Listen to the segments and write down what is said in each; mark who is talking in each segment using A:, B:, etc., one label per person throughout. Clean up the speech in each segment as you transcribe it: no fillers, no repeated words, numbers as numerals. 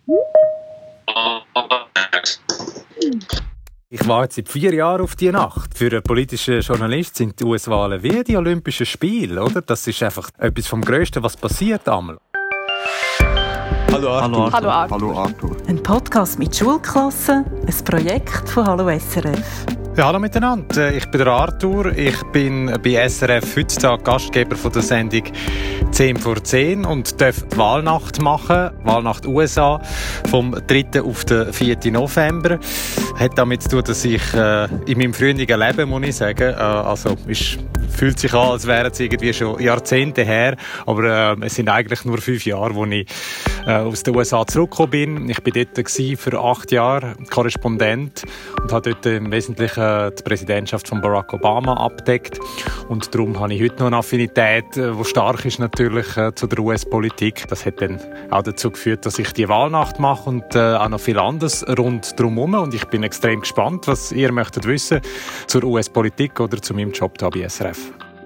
A: Ich warte seit 4 Jahren auf die Nacht. Für einen politischen Journalist sind die US-Wahlen wie die Olympischen Spiele, oder? Das ist einfach etwas vom Grössten, was passiert einmal.
B: Hallo Arthur.
C: Hallo Arthur.
B: Hallo Arthur.
D: Ein Podcast mit Schulklassen, ein Projekt von Hallo SRF.
A: Ja, hallo miteinander, ich bin der Arthur, ich bin bei SRF heutzutage Gastgeber von der Sendung 10 vor 10 und darf die Wahlnacht machen, Wahlnacht USA, vom 3. auf den 4. November. Hat damit zu tun, dass ich in meinem früheren Leben, muss ich sagen, fühlt sich an, als wären es irgendwie schon Jahrzehnte her, aber es sind eigentlich nur 5 Jahre, wo ich aus den USA zurückgekommen bin. Ich war dort für 8 Jahre Korrespondent und habe dort im Wesentlichen die Präsidentschaft von Barack Obama abdeckt. Und darum habe ich heute noch eine Affinität, die stark ist natürlich zu der US-Politik. Das hat dann auch dazu geführt, dass ich die Wahlnacht mache und auch noch viel anderes rund drumherum. Und ich bin extrem gespannt, was ihr möchtet wissen zur US-Politik oder zu meinem Job hier bei SRF.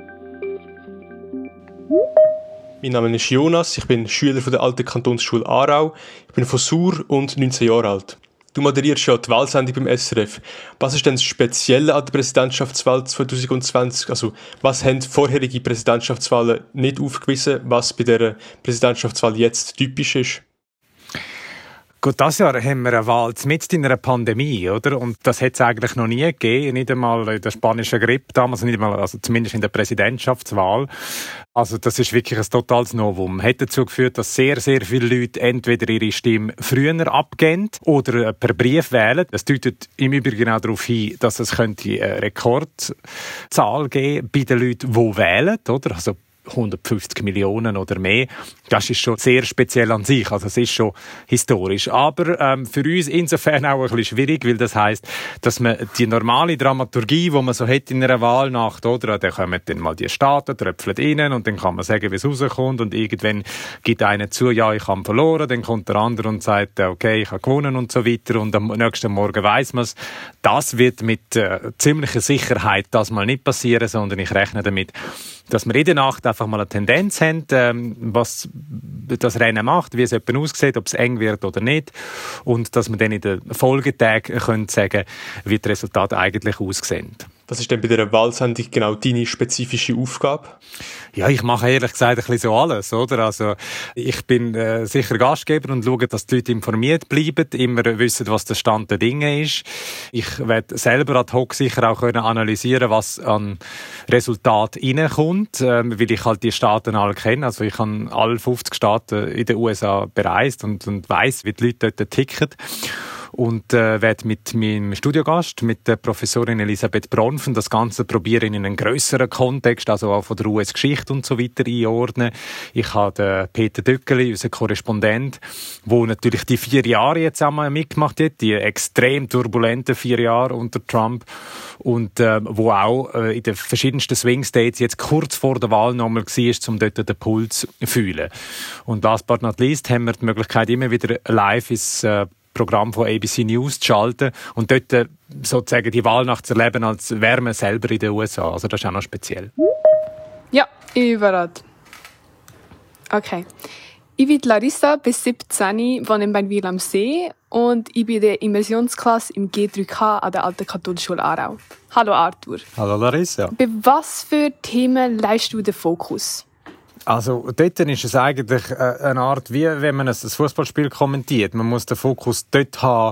B: Mein Name ist Jonas, ich bin Schüler von der Alten Kantonsschule Aarau. Ich bin von Sur und 19 Jahre alt. Du moderierst ja die Wahlsendung beim SRF. Was ist denn das Spezielle an der Präsidentschaftswahl 2020? Also, was haben vorherige Präsidentschaftswahlen nicht aufgewiesen, was bei dieser Präsidentschaftswahl jetzt typisch ist?
A: Gut, dieses Jahr haben wir eine Wahl mitten in einer Pandemie, oder? Und das hat es eigentlich noch nie gegeben, nicht einmal in der spanischen Grippe damals, nicht einmal, also zumindest in der Präsidentschaftswahl. Also das ist wirklich ein totales Novum. Hat dazu geführt, dass sehr, sehr viele Leute entweder ihre Stimme früher abgeben oder per Brief wählen. Das deutet im Übrigen auch darauf hin, dass es eine Rekordzahl geben bei den Leuten, die wählen, oder? Also 150 Millionen oder mehr. Das ist schon sehr speziell an sich, also es ist schon historisch. Aber für uns insofern auch ein bisschen schwierig, weil das heisst, dass man die normale Dramaturgie, die man so hat in einer Wahlnacht, oder, da kommen dann mal die Staaten, tröpfeln rein und dann kann man sagen, wie es rauskommt und irgendwann gibt einer zu, ja, ich habe verloren, dann kommt der andere und sagt, okay, ich habe gewonnen und so weiter und am nächsten Morgen weiss man es. Das wird mit ziemlicher Sicherheit das mal nicht passieren, sondern ich rechne damit, dass wir in der Nacht einfach mal eine Tendenz haben, was das Rennen macht, wie es jemand aussieht, ob es eng wird oder nicht. Und dass wir dann in den Folgetagen können sagen, wie die Resultate eigentlich aussehen.
B: Was ist denn bei dieser Wahlsendung genau deine spezifische Aufgabe?
A: Ja, ich mache ehrlich gesagt ein bisschen so alles, oder? Also, ich bin sicher Gastgeber und schaue, dass die Leute informiert bleiben, immer wissen, was der Stand der Dinge ist. Ich werde selber ad hoc sicher auch können analysieren, was an Resultaten reinkommt, weil ich halt die Staaten alle kenne. Also, ich habe alle 50 Staaten in den USA bereist und weiss, wie die Leute dort ticken. Und werde mit meinem Studiogast, mit der Professorin Elisabeth Bronfen, das Ganze probieren in einen grösseren Kontext, also auch von der US-Geschichte und so weiter einordnen. Ich habe den Peter Döckeli, unseren Korrespondent, der natürlich die 4 Jahre jetzt einmal mitgemacht hat, die extrem turbulenten 4 Jahre unter Trump und wo auch in den verschiedensten Swing States jetzt kurz vor der Wahl nochmal war, um dort den Puls zu fühlen. Und last but not least haben wir die Möglichkeit, immer wieder live ins Programm von ABC News zu schalten und dort sozusagen die Wahlnacht zu erleben, als wäre man selber in den USA. Also das ist auch noch speziell.
C: Ja, ich bin bereit. Okay. Ich bin Larissa, bis 17, wohne in Bernwil am See und ich bin in der Immersionsklasse im G3K an der Alten Kantonsschule Aarau. Hallo Arthur.
A: Hallo Larissa.
C: Bei was für Themen leistest du den Fokus?
A: Also dort ist es eigentlich eine Art, wie wenn man ein Fußballspiel kommentiert. Man muss den Fokus dort haben,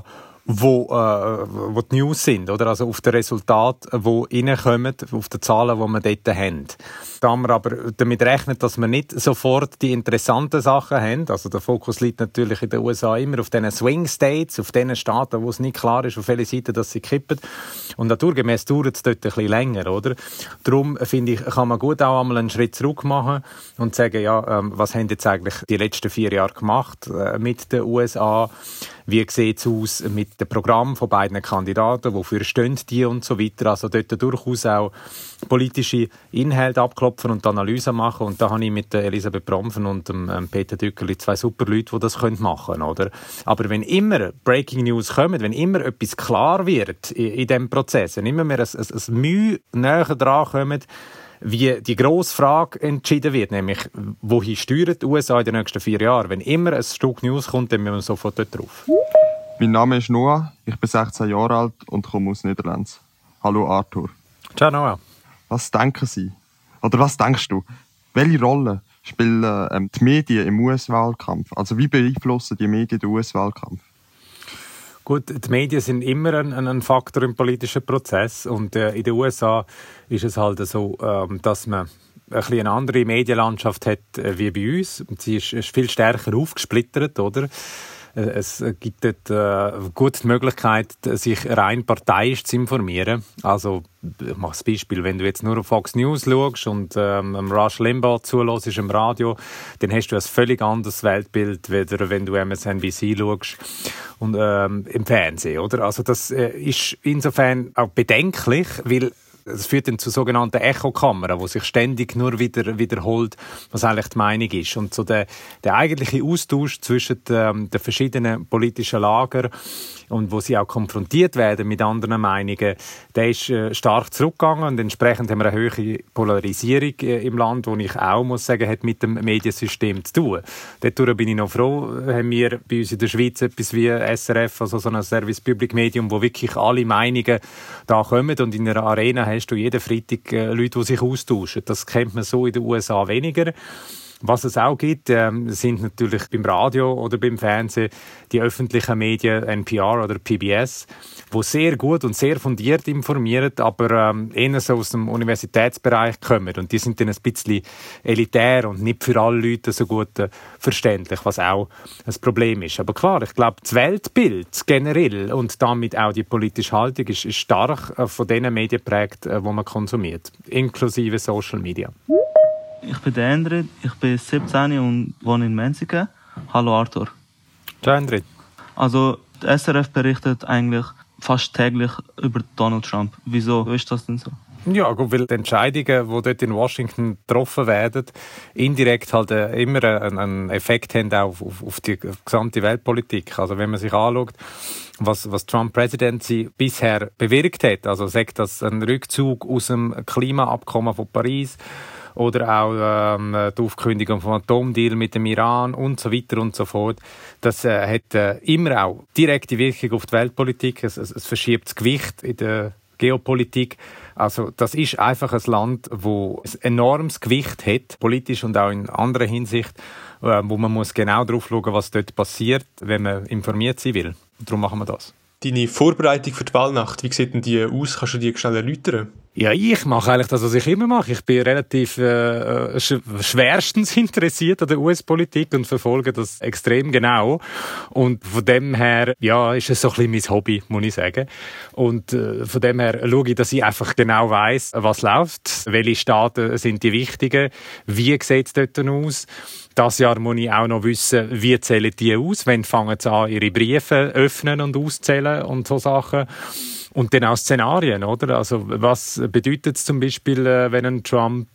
A: wo die News sind, oder? Also auf die Resultate, die reinkommen, auf die Zahlen, die wir dort haben. Da wir aber damit rechnen, dass wir nicht sofort die interessanten Sachen haben, also der Fokus liegt natürlich in den USA immer auf diesen Swing States, auf diesen Staaten, wo es nicht klar ist, auf welche Seite dass sie kippen. Und naturgemäß dauert es dort ein bisschen länger, oder? Darum, finde ich, kann man gut auch einmal einen Schritt zurück machen und sagen, ja, was haben jetzt eigentlich die letzten 4 Jahre gemacht mit den USA? Wie sieht es aus mit dem Programm von beiden Kandidaten? Wofür stehen die und so weiter? Also dort durchaus auch politische Inhalte abklopfen und Analysen machen. Und da habe ich mit Elisabeth Bronfen und Peter Döckeli 2 super Leute, die das machen können, oder? Aber wenn immer Breaking News kommen, wenn immer etwas klar wird in diesem Prozess, wenn immer wir ein Mühe näher dran kommen, wie die grosse Frage entschieden wird, nämlich wohin steuern die USA in den nächsten 4 Jahren. Wenn immer ein Stück News kommt, dann müssen wir sofort dort drauf.
E: Mein Name ist Noah, ich bin 16 Jahre alt und komme aus Niederlande. Hallo Arthur.
A: Ciao Noah.
E: Was denken Sie? Oder was denkst du? Welche Rolle spielen die Medien im US-Wahlkampf? Also wie beeinflussen die Medien den US-Wahlkampf?
A: Gut, die Medien sind immer ein Faktor im politischen Prozess und in den USA ist es halt so, dass man eine andere Medienlandschaft hat wie bei uns. Sie ist viel stärker aufgesplittert, oder? Es gibt dort gut die Möglichkeit, sich rein parteiisch zu informieren. Also, ich mache das Beispiel, wenn du jetzt nur auf Fox News schaust und Rush Limbaugh zuhörst im Radio, dann hast du ein völlig anderes Weltbild, weder wenn du MSNBC schaust und im Fernsehen, oder? Also das ist insofern auch bedenklich, weil es führt dann zu sogenannten Echokammern, wo sich ständig nur wiederholt, was eigentlich die Meinung ist. Und so der eigentliche Austausch zwischen den verschiedenen politischen Lagern und wo sie auch konfrontiert werden mit anderen Meinungen, der ist stark zurückgegangen und entsprechend haben wir eine hohe Polarisierung im Land, wo ich auch muss sagen, hat mit dem Mediensystem zu tun. Dadurch bin ich noch froh, haben wir bei uns in der Schweiz etwas wie SRF, also so ein Service Public Medium, wo wirklich alle Meinungen da kommen und in einer Arena hast du jeden Freitag Leute, die sich austauschen. Das kennt man so in den USA weniger. Was es auch gibt, sind natürlich beim Radio oder beim Fernsehen die öffentlichen Medien, NPR oder PBS, die sehr gut und sehr fundiert informieren, aber eher so aus dem Universitätsbereich kommen. Und die sind dann ein bisschen elitär und nicht für alle Leute so gut verständlich, was auch ein Problem ist. Aber klar, ich glaube, das Weltbild generell und damit auch die politische Haltung ist stark von den Medien geprägt, die man konsumiert, inklusive Social Media.
F: Ich bin der Endrit, ich bin 17 und wohne in Menziken. Hallo Arthur.
A: Ciao Endrit.
F: Also, die SRF berichtet eigentlich fast täglich über Donald Trump. Wieso ist das denn so?
A: Ja, gut, weil die Entscheidungen, die dort in Washington getroffen werden, indirekt halt immer einen Effekt haben auf die gesamte Weltpolitik. Also wenn man sich anschaut, was Trump Presidency bisher bewirkt hat, also sagt das ein Rückzug aus dem Klimaabkommen von Paris, oder auch die Aufkündigung vom Atomdeal mit dem Iran und so weiter und so fort. Das hat immer auch direkte Wirkung auf die Weltpolitik. Es verschiebt das Gewicht in der Geopolitik. Also das ist einfach ein Land, wo ein enormes Gewicht hat, politisch und auch in anderer Hinsicht, wo man muss genau darauf schauen, was dort passiert, wenn man informiert sein will. Und darum machen wir das.
B: Deine Vorbereitung für die Wahlnacht, wie sieht denn die aus? Kannst du die schnell erläutern?
A: Ja, ich mache eigentlich das, was ich immer mache. Ich bin relativ schwerstens interessiert an der US-Politik und verfolge das extrem genau. Und von dem her, ja, ist es so ein bisschen mein Hobby, muss ich sagen. Und von dem her schaue ich, dass ich einfach genau weiss, was läuft, welche Staaten sind die wichtigen, wie sieht es dort aus. Das Jahr muss ich auch noch wissen, wie zählen die aus, wann fangen sie an, ihre Briefe öffnen und auszählen und so Sachen. Und dann auch Szenarien, oder? Also, was bedeutet es zum Beispiel, wenn ein Trump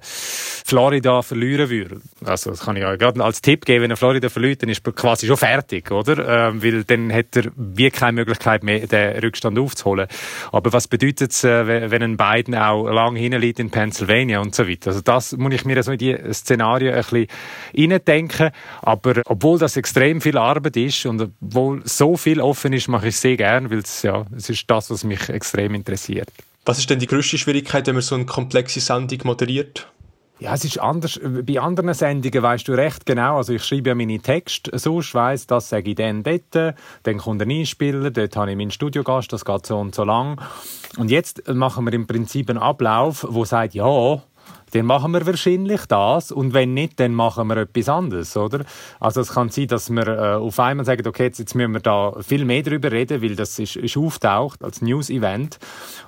A: Florida verlieren würde? Also, das kann ich ja gerade als Tipp geben, wenn er Florida verliert, dann ist er quasi schon fertig, oder? Weil dann hat er wie keine Möglichkeit mehr, den Rückstand aufzuholen. Aber was bedeutet es, wenn ein Biden auch lang hinten liegt in Pennsylvania und so weiter? Also, das muss ich mir so in die Szenarien ein bisschen reindenken. Aber obwohl das extrem viel Arbeit ist und obwohl so viel offen ist, mache ich es sehr gern, weil es ist das, was mich extrem interessiert.
B: Was ist denn die grösste Schwierigkeit, wenn man so eine komplexe Sendung moderiert?
A: Ja, es ist anders. Bei anderen Sendungen weisst du recht genau. Also ich schreibe ja meine Texte so, ich weiss, das sage ich dann dort, dann kommt ein Einspieler, dort habe ich meinen Studiogast, das geht so und so lang. Und jetzt machen wir im Prinzip einen Ablauf, wo sagt, ja, dann machen wir wahrscheinlich das und wenn nicht, dann machen wir etwas anderes, oder? Also es kann sein, dass wir auf einmal sagen, okay, jetzt müssen wir da viel mehr darüber reden, weil das ist auftaucht als News-Event,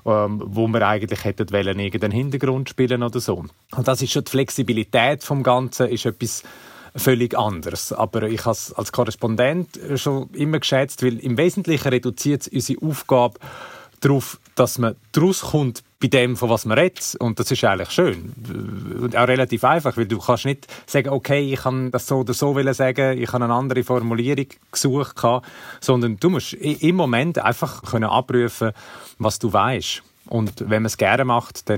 A: wo wir eigentlich hätten wollen, irgendeinen Hintergrund spielen oder so. Und das ist schon die Flexibilität vom Ganzen, ist etwas völlig anderes. Aber ich habe es als Korrespondent schon immer geschätzt, weil im Wesentlichen reduziert es unsere Aufgabe darauf, dass man daraus kommt bei dem, von was man redet. Und das ist eigentlich schön. Und auch relativ einfach, weil du kannst nicht sagen, okay, ich kann das so oder so sagen, ich habe eine andere Formulierung gesucht, sondern du musst im Moment einfach können abrufen, was du weißt. Und wenn man es gerne macht, dann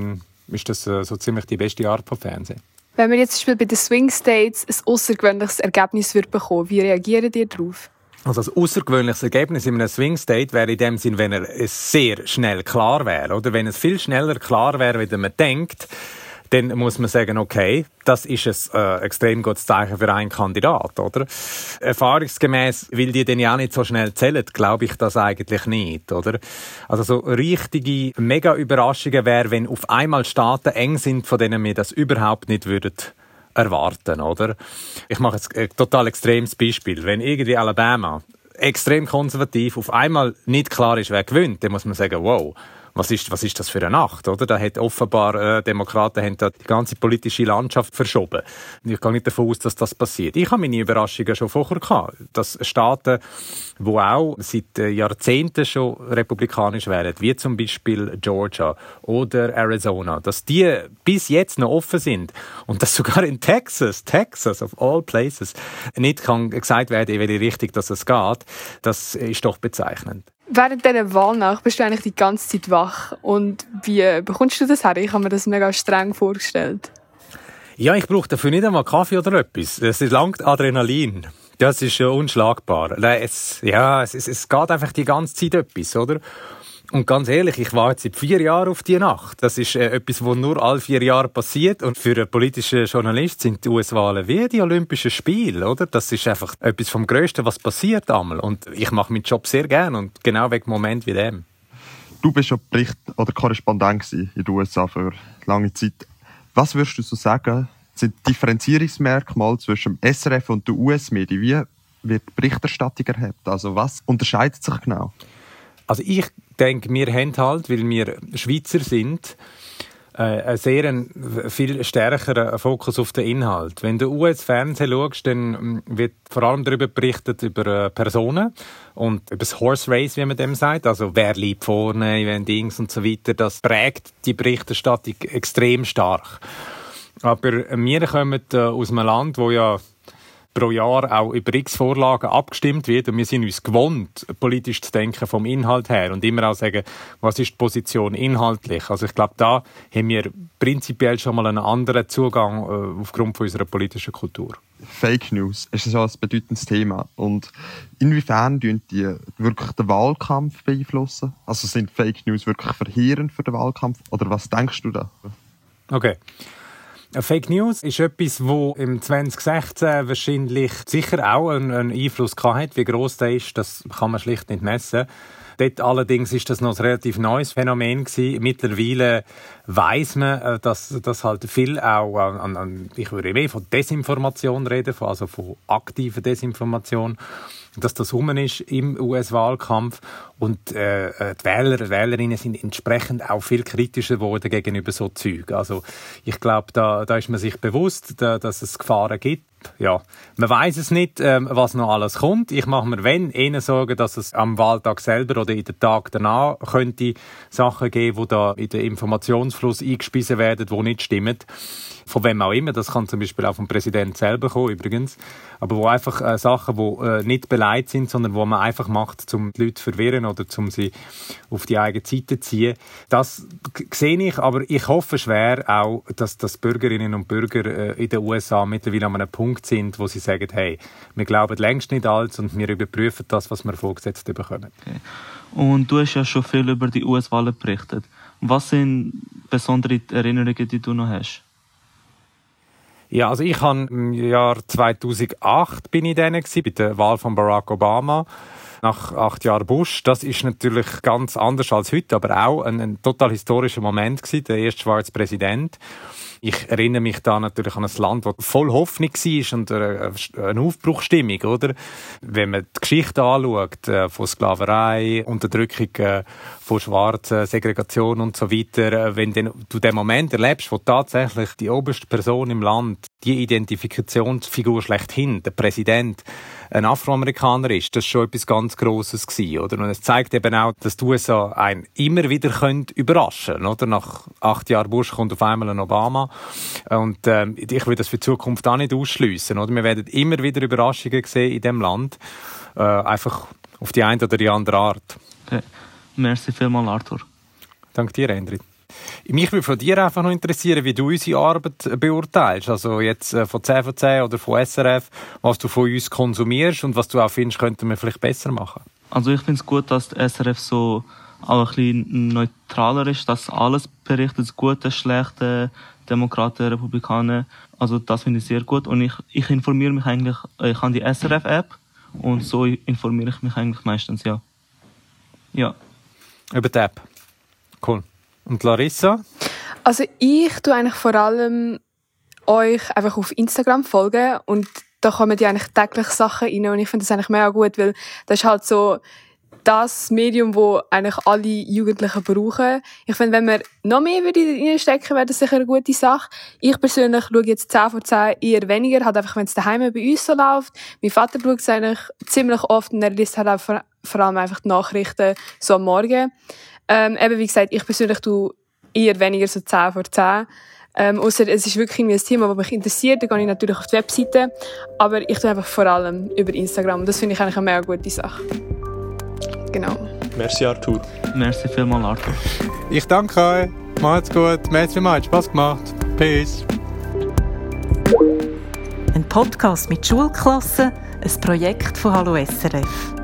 A: ist das so ziemlich die beste Art von Fernsehen.
C: Wenn wir jetzt bei den Swing States ein außergewöhnliches Ergebnis bekommen, wie reagiert ihr darauf?
A: Also ein außergewöhnliches Ergebnis in einem Swing State wäre in dem Sinn, wenn es sehr schnell klar wäre. Oder wenn es viel schneller klar wäre, wie man denkt, dann muss man sagen, okay, das ist ein extrem gutes Zeichen für einen Kandidat, oder? Erfahrungsgemäß, weil die dann ja auch nicht so schnell zählen, glaube ich das eigentlich nicht, oder? Also so richtige Mega-Überraschungen wäre, wenn auf einmal Staaten eng sind, von denen wir das überhaupt nicht würden erwarten, oder? Ich mache jetzt ein total extremes Beispiel. Wenn irgendwie Alabama extrem konservativ auf einmal nicht klar ist, wer gewinnt, dann muss man sagen, wow, was ist das für eine Nacht, oder? Da hat offenbar Demokraten haben da die ganze politische Landschaft verschoben. Ich gehe nicht davon aus, dass das passiert. Ich habe meine Überraschungen schon vorher gehabt, dass Staaten, die auch seit Jahrzehnten schon republikanisch wären, wie zum Beispiel Georgia oder Arizona, dass die bis jetzt noch offen sind und dass sogar in Texas of all places, nicht kann gesagt werden, in welche Richtung es geht, das ist doch bezeichnend.
C: Während dieser Wahlnacht bist du eigentlich die ganze Zeit wach. Und wie bekommst du das her? Ich habe mir das mega streng vorgestellt.
A: Ja, ich brauche dafür nicht einmal Kaffee oder etwas. Es langt Adrenalin. Das ist unschlagbar. Es geht einfach die ganze Zeit etwas, oder? Und ganz ehrlich, ich warte seit 4 Jahren auf die Nacht. Das ist etwas, was nur alle 4 Jahre passiert. Und für einen politischen Journalist sind die US-Wahlen wie die Olympischen Spiele, oder? Das ist einfach etwas vom Größten, was passiert einmal. Und ich mache meinen Job sehr gerne und genau wegen Moment wie dem.
E: Du bist ja Bericht- oder Korrespondent in den USA für lange Zeit. Was würdest du so sagen, sind Differenzierungsmerkmale zwischen dem SRF und den US-Medien? Wie wird die Berichterstattung erhebt? Also was unterscheidet sich genau?
A: Also ich denke, wir haben halt, weil wir Schweizer sind, einen sehr viel stärkeren Fokus auf den Inhalt. Wenn du US-Fernsehen schaust, dann wird vor allem darüber berichtet, über Personen und über das Horse Race, wie man dem sagt. Also wer liegt vorne, wenn Dings und so weiter. Das prägt die Berichterstattung extrem stark. Aber wir kommen aus einem Land, wo ja pro Jahr auch über X-Vorlagen abgestimmt wird. Und wir sind uns gewohnt, politisch zu denken vom Inhalt her und immer auch sagen, was ist die Position inhaltlich. Also ich glaube, da haben wir prinzipiell schon mal einen anderen Zugang aufgrund von unserer politischen Kultur.
E: Fake News ist so ein bedeutendes Thema. Und inwiefern beeinflussen die wirklich den Wahlkampf beeinflussen? Also sind Fake News wirklich verheerend für den Wahlkampf? Oder was denkst du da?
A: Okay. Fake News ist etwas, wo im 2016 wahrscheinlich sicher auch einen Einfluss hat. Wie gross der ist, das kann man schlicht nicht messen. Dort allerdings ist das noch ein relativ neues Phänomen gewesen. Mittlerweile weiss man, dass das halt viel auch ich würde mehr von Desinformation reden, also von aktiver Desinformation, dass das rum ist im US-Wahlkampf und die Wähler und Wählerinnen sind entsprechend auch viel kritischer geworden gegenüber so Zeug. Also ich glaube, da ist man sich bewusst, dass es Gefahren gibt. Ja, man weiss es nicht, was noch alles kommt. Ich mache mir eher Sorgen, dass es am Wahltag selber oder in den Tag danach könnte Sachen geben, die da in den Informationsfluss eingespiesen werden, die nicht stimmen. Von wem auch immer. Das kann zum Beispiel auch vom Präsidenten selber kommen, übrigens. Aber wo einfach Sachen, die nicht beleidigt sind, sondern wo man einfach macht, um die Leute zu verwirren oder um sie auf die eigene Seite zu ziehen. Das sehe ich, aber ich hoffe schwer auch, dass Bürgerinnen und Bürger in den USA mittlerweile an einem Punkt sind, wo sie sagen, hey, wir glauben längst nicht alles und wir überprüfen das, was wir vorgesetzt bekommen.
F: Okay. Und du hast ja schon viel über die US-Wahlen berichtet. Was sind besondere Erinnerungen, die du noch hast?
A: Ja, also ich habe im Jahr 2008 bin ich bei der Wahl von Barack Obama. Nach 8 Jahren Bush. Das ist natürlich ganz anders als heute, aber auch ein total historischer Moment gewesen, der erste schwarze Präsident. Ich erinnere mich da natürlich an ein Land, das voll Hoffnung war und eine Aufbruchsstimmung, oder? Wenn man die Geschichte anschaut, von Sklaverei, Unterdrückung von Schwarzen, Segregation und so weiter, wenn du den Moment erlebst, wo tatsächlich die oberste Person im Land, die Identifikationsfigur schlechthin, der Präsident, ein Afroamerikaner ist, das ist schon etwas ganz Grosses gewesen, oder? Und es zeigt eben auch, dass die USA einen immer wieder überraschen können, oder? Nach 8 Jahren Bush kommt auf einmal ein Obama. Und ich will das für die Zukunft auch nicht ausschliessen, oder? Wir werden immer wieder Überraschungen sehen in diesem Land, einfach auf die eine oder die andere Art.
F: Okay. Merci vielmals, Arthur.
A: Danke dir, Endrit. Mich würde von dir einfach noch interessieren, wie du unsere Arbeit beurteilst. Also jetzt von 10 von 10 oder von SRF, was du von uns konsumierst und was du auch findest, könnten wir vielleicht besser machen.
F: Also ich finde es gut, dass die SRF so auch ein bisschen neutraler ist, dass alles berichtet, das Gute, Schlechte, Demokraten, Republikaner. Also das finde ich sehr gut. Und ich informiere mich eigentlich, ich habe die SRF-App und so informiere ich mich eigentlich meistens, ja. Ja.
A: Über die App. Cool. Und Larissa?
C: Also ich tue eigentlich vor allem euch einfach auf Instagram folgen und da kommen die eigentlich täglich Sachen rein und ich finde das eigentlich mega gut, weil das ist halt so das Medium, das eigentlich alle Jugendlichen brauchen. Ich finde, wenn wir noch mehr reinstecken, wäre das sicher eine gute Sache. Ich persönlich schaue jetzt 10 von 10 eher weniger, halt einfach, wenn es daheim bei uns so läuft. Mein Vater schaut es eigentlich ziemlich oft und er liest halt auch vor allem einfach die Nachrichten so am Morgen. Eben, wie gesagt, ich persönlich tue eher weniger so 10 von 10. Ausser es ist wirklich ein Thema, das mich interessiert, dann gehe ich natürlich auf die Webseite. Aber ich tue einfach vor allem über Instagram. Und das finde ich eigentlich eine mega gute Sache. Genau.
B: Merci, Arthur.
F: Merci vielmals, Arthur.
A: Ich danke euch. Macht's gut. Merci vielmals. Hat Spass gemacht. Peace.
D: Ein Podcast mit Schulklassen, ein Projekt von Hallo SRF.